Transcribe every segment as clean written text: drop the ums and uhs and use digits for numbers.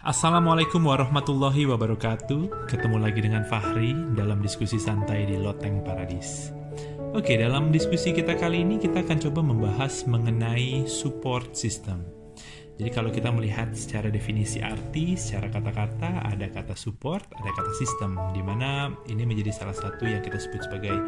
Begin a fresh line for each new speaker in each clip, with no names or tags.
Assalamualaikum warahmatullahi wabarakatuh. Ketemu lagi dengan Fahri dalam diskusi santai di Loteng Paradis. Oke, dalam diskusi kita kali ini kita akan coba membahas mengenai support system. Jadi kalau kita melihat secara definisi arti, secara kata-kata, ada kata support, ada kata system, di mana ini menjadi salah satu yang kita sebut sebagai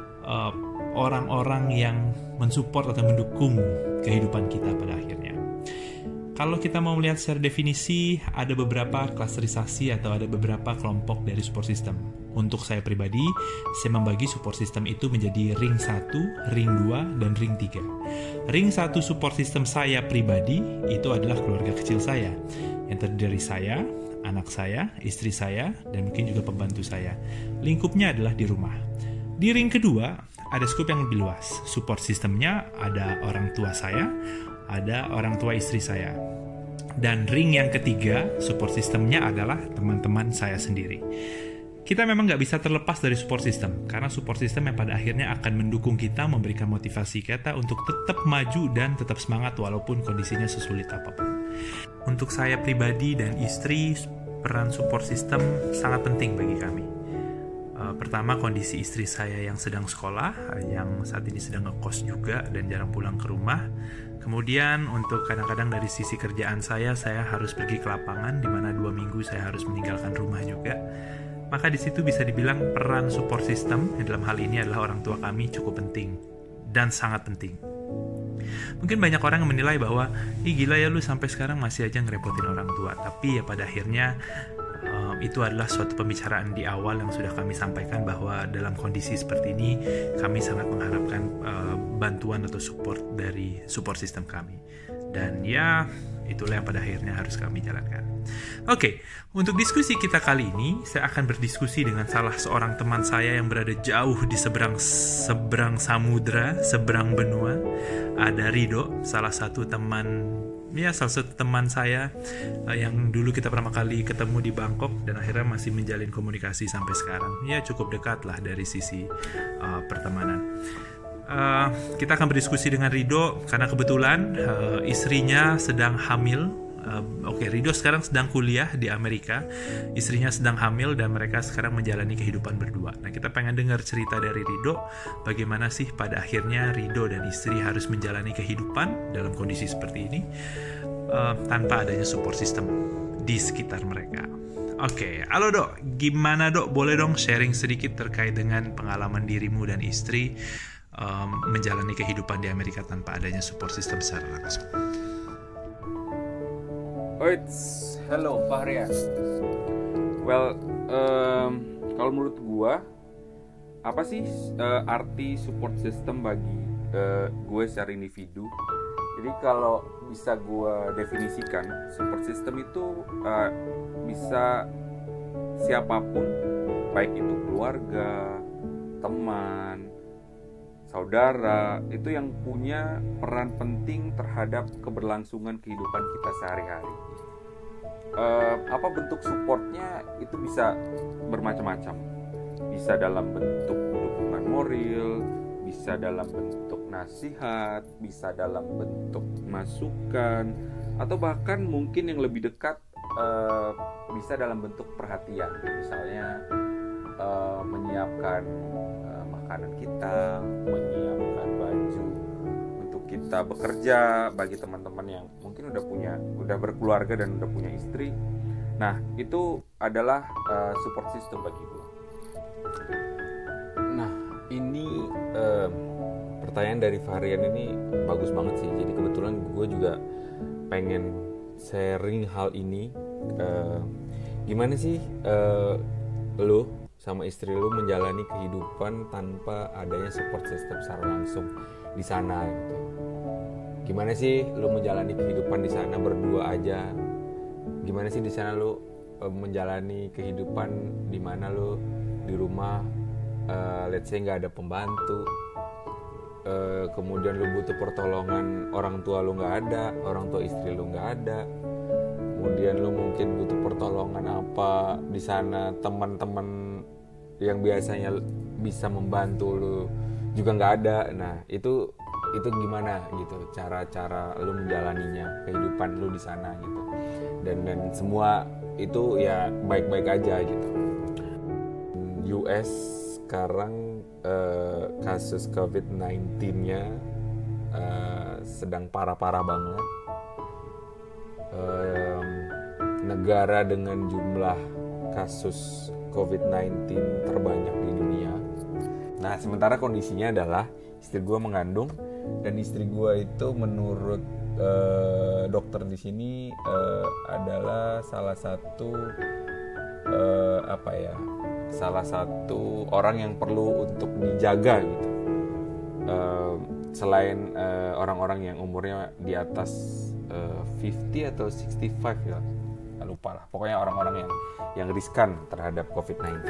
orang-orang yang mensupport atau mendukung kehidupan kita pada akhirnya. Kalau kita mau melihat secara definisi, ada beberapa klasterisasi atau ada beberapa kelompok dari support system. Untuk saya pribadi, saya membagi support system itu menjadi ring 1, ring 2, dan ring 3. Ring 1 support system saya pribadi itu adalah keluarga kecil saya, yang terdiri dari saya, anak saya, istri saya, dan mungkin juga pembantu saya. Lingkupnya adalah di rumah. Di ring kedua, ada skop yang lebih luas. Support systemnya ada orang tua saya, ada orang tua istri saya. Dan ring yang ketiga, support systemnya adalah teman-teman saya sendiri. Kita memang nggak bisa terlepas dari support system, karena support system yang pada akhirnya akan mendukung kita, memberikan motivasi kita untuk tetap maju dan tetap semangat walaupun kondisinya sesulit apapun. Untuk saya pribadi dan istri, peran support system sangat penting bagi kami. Pertama, kondisi istri saya yang sedang sekolah, yang saat ini sedang ngekos juga dan jarang pulang ke rumah. Kemudian untuk kadang-kadang dari sisi kerjaan saya harus pergi ke lapangan, di mana 2 minggu saya harus meninggalkan rumah juga. Maka di situ bisa dibilang peran support system, yang dalam hal ini adalah orang tua kami, cukup penting dan sangat penting. Mungkin banyak orang yang menilai bahwa, gila ya lu sampai sekarang masih aja ngerepotin orang tua. Tapi ya pada akhirnya itu adalah suatu pembicaraan di awal yang sudah kami sampaikan bahwa dalam kondisi seperti ini kami sangat mengharapkan bantuan atau support dari support system kami. Dan ya itulah yang pada akhirnya harus kami jalankan. Oke, untuk diskusi kita kali ini saya akan berdiskusi dengan salah seorang teman saya yang berada jauh di seberang samudra, seberang benua. Ada Rido, salah satu teman saya yang dulu kita pertama kali ketemu di Bangkok dan akhirnya masih menjalin komunikasi sampai sekarang. Ya cukup dekat lah dari sisi pertemanan. Kita akan berdiskusi dengan Rido karena kebetulan istrinya sedang hamil. Rido sekarang sedang kuliah di Amerika, istrinya sedang hamil dan mereka sekarang menjalani kehidupan berdua. Nah, kita pengen dengar cerita dari Rido, bagaimana sih pada akhirnya Rido dan istri harus menjalani kehidupan dalam kondisi seperti ini tanpa adanya support system di sekitar mereka. Oke, halo Dok, gimana Dok? Boleh dong sharing sedikit terkait dengan pengalaman dirimu dan istri menjalani kehidupan di Amerika tanpa adanya support system secara langsung.
Hello Fahri. Well, kalau menurut gua, apa sih arti support system bagi gue secara individu? Jadi kalau bisa gua definisikan, support system itu bisa siapapun, baik itu keluarga, teman, saudara, itu yang punya peran penting terhadap keberlangsungan kehidupan kita sehari-hari. Apa bentuk supportnya itu bisa bermacam-macam. Bisa dalam bentuk dukungan moral, bisa dalam bentuk nasihat, bisa dalam bentuk masukan, atau bahkan mungkin yang lebih dekat bisa dalam bentuk perhatian. Misalnya menyiapkan makanan kita, menyiapkan baju untuk kita bekerja bagi teman-teman yang mungkin udah berkeluarga dan udah punya istri. Nah, itu adalah support system bagi gue. Nah, ini pertanyaan dari Varian ini bagus banget sih. Jadi kebetulan gue juga pengen sharing hal ini. Gimana sih lo sama istri lu menjalani kehidupan tanpa adanya support system secara langsung di sana gitu. Gimana sih lu menjalani kehidupan di sana berdua aja? Gimana sih di sana lu menjalani kehidupan di mana lu di rumah let's say nggak ada pembantu, kemudian lu butuh pertolongan orang tua lu nggak ada, orang tua istri lu nggak ada, kemudian lu mungkin butuh pertolongan apa di sana, teman-teman yang biasanya bisa membantu lu juga nggak ada. Nah, itu gimana gitu cara lu menjalaninya, kehidupan lu di sana gitu. dan semua itu ya baik-baik aja gitu. US sekarang kasus COVID-19-nya sedang parah-parah banget. Negara dengan jumlah kasus COVID-19 terbanyak di dunia. Nah, sementara kondisinya adalah istri gue mengandung, dan istri gue itu menurut dokter di sini adalah salah satu salah satu orang yang perlu untuk dijaga gitu. Selain orang-orang yang umurnya di atas 50 atau 65 ya, lupa lah. Pokoknya orang-orang yang riskan terhadap COVID-19.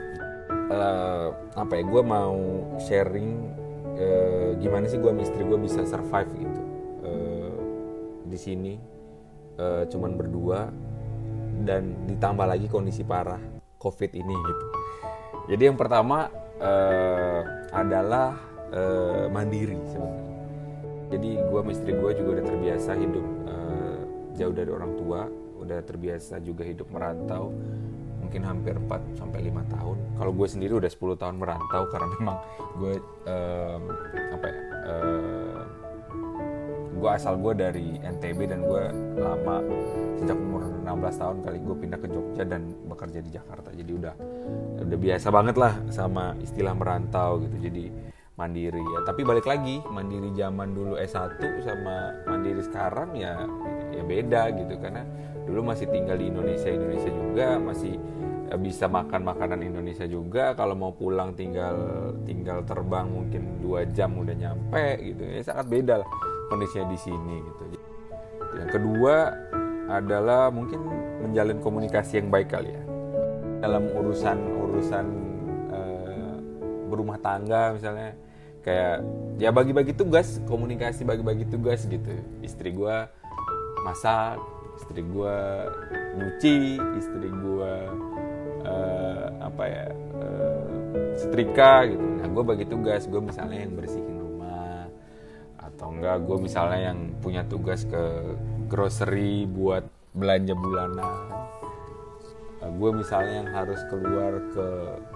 Gue mau sharing gimana sih gue sama istri gue bisa survive gitu di sini, cuman berdua, dan ditambah lagi kondisi parah COVID ini gitu. Jadi yang pertama adalah mandiri sebenarnya. Jadi gue sama istri gue juga udah terbiasa hidup jauh dari orang tua, udah terbiasa juga hidup merantau, mungkin hampir 4-5 tahun. Kalau gue sendiri udah 10 tahun merantau, karena memang gue gue asal gue dari NTB, dan gue lama sejak umur 16 tahun kali gue pindah ke Jogja dan bekerja di Jakarta. Jadi udah biasa banget lah sama istilah merantau gitu. Jadi mandiri ya. Tapi balik lagi, mandiri zaman dulu S1 sama mandiri sekarang ya beda gitu, karena dulu masih tinggal di Indonesia juga, masih bisa makan makanan Indonesia juga. Kalau mau pulang tinggal terbang mungkin 2 jam udah nyampe gitu. Ya sangat beda lah kondisinya di sini gitu. Yang kedua adalah mungkin menjalin komunikasi yang baik kali ya. Dalam urusan berumah tangga misalnya, kayak ya bagi-bagi tugas, komunikasi bagi-bagi tugas gitu. Istri gue masak, istri gue nyuci, istri gue setrika gitu. Nah, gue bagi tugas, gue misalnya yang bersihin rumah, atau enggak gue misalnya yang punya tugas ke grocery buat belanja bulanan. Gue misalnya yang harus keluar ke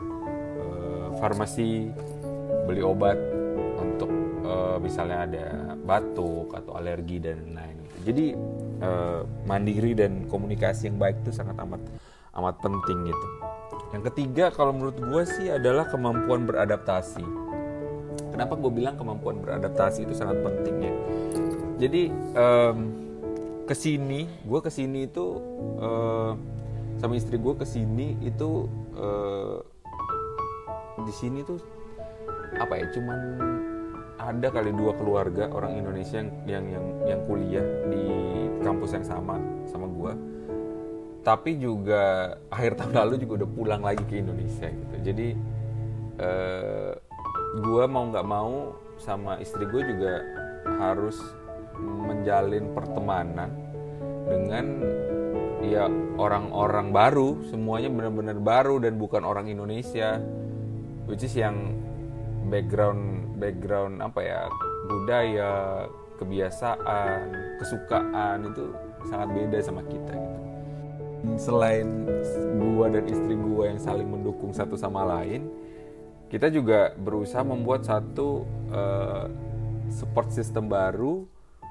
farmasi beli obat untuk misalnya ada batuk atau alergi dan lain-lain. Jadi mandiri dan komunikasi yang baik itu sangat amat penting gitu. Yang ketiga kalau menurut gue sih adalah kemampuan beradaptasi. Kenapa gue bilang kemampuan beradaptasi itu sangat penting ya? Jadi gue kesini itu sama istri gue kesini itu di sini tuh cuman ada kali 2 keluarga orang Indonesia yang kuliah di kampus yang sama gue, tapi juga akhir tahun lalu juga udah pulang lagi ke Indonesia gitu. Jadi gue mau nggak mau sama istri gue juga harus menjalin pertemanan dengan ya orang-orang baru, semuanya benar-benar baru dan bukan orang Indonesia, which is yang background budaya, kebiasaan, kesukaan itu sangat beda sama kita gitu. Selain gua dan istri gua yang saling mendukung satu sama lain, kita juga berusaha membuat satu support system baru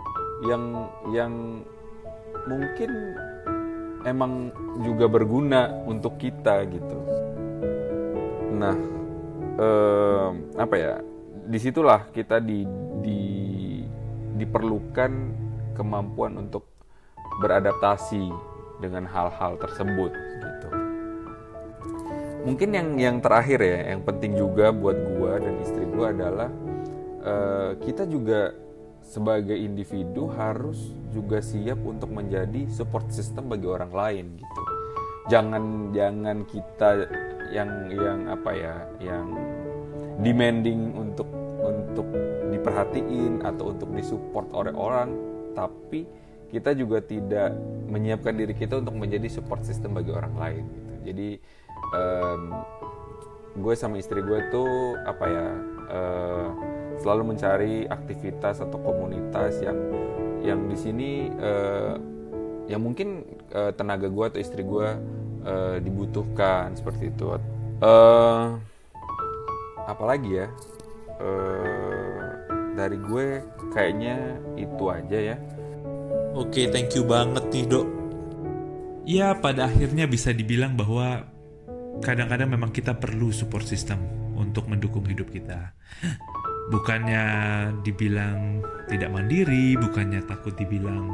yang mungkin emang juga berguna untuk kita gitu. Nah, disitulah kita diperlukan kemampuan untuk beradaptasi dengan hal-hal tersebut gitu. Mungkin yang terakhir ya, yang penting juga buat gua dan istri gua adalah kita juga sebagai individu harus juga siap untuk menjadi support system bagi orang lain gitu. Jangan kita yang demanding untuk diperhatiin atau untuk disupport oleh orang, tapi kita juga tidak menyiapkan diri kita untuk menjadi support system bagi orang lain gitu. Jadi gue sama istri gue tuh selalu mencari aktivitas atau komunitas yang di sini yang mungkin tenaga gue atau istri gue dibutuhkan seperti itu. Apalagi ya, dari gue kayaknya itu aja ya.
Oke, thank you banget nih Dok. Ya, pada akhirnya bisa dibilang bahwa kadang-kadang memang kita perlu support system untuk mendukung hidup kita. Bukannya dibilang tidak mandiri, bukannya takut dibilang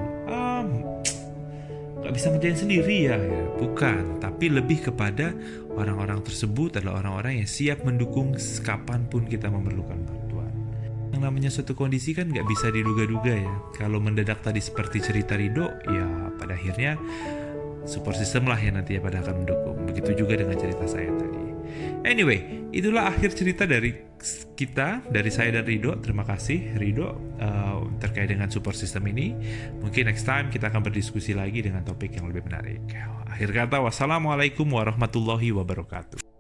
gak bisa ngerjain sendiri ya. Bukan, tapi lebih kepada orang-orang tersebut adalah orang-orang yang siap mendukung kapanpun kita memerlukan bantuan. Yang namanya suatu kondisi kan gak bisa diduga-duga ya. Kalau mendadak tadi seperti cerita Rido, ya pada akhirnya support system lah yang nantinya pada akan mendukung. Begitu juga dengan cerita saya tadi. Anyway, itulah akhir cerita dari kita, dari saya dan Rido. Terima kasih Rido terkait dengan support system ini. Mungkin next time kita akan berdiskusi lagi dengan topik yang lebih menarik. Akhir kata, wassalamualaikum warahmatullahi wabarakatuh.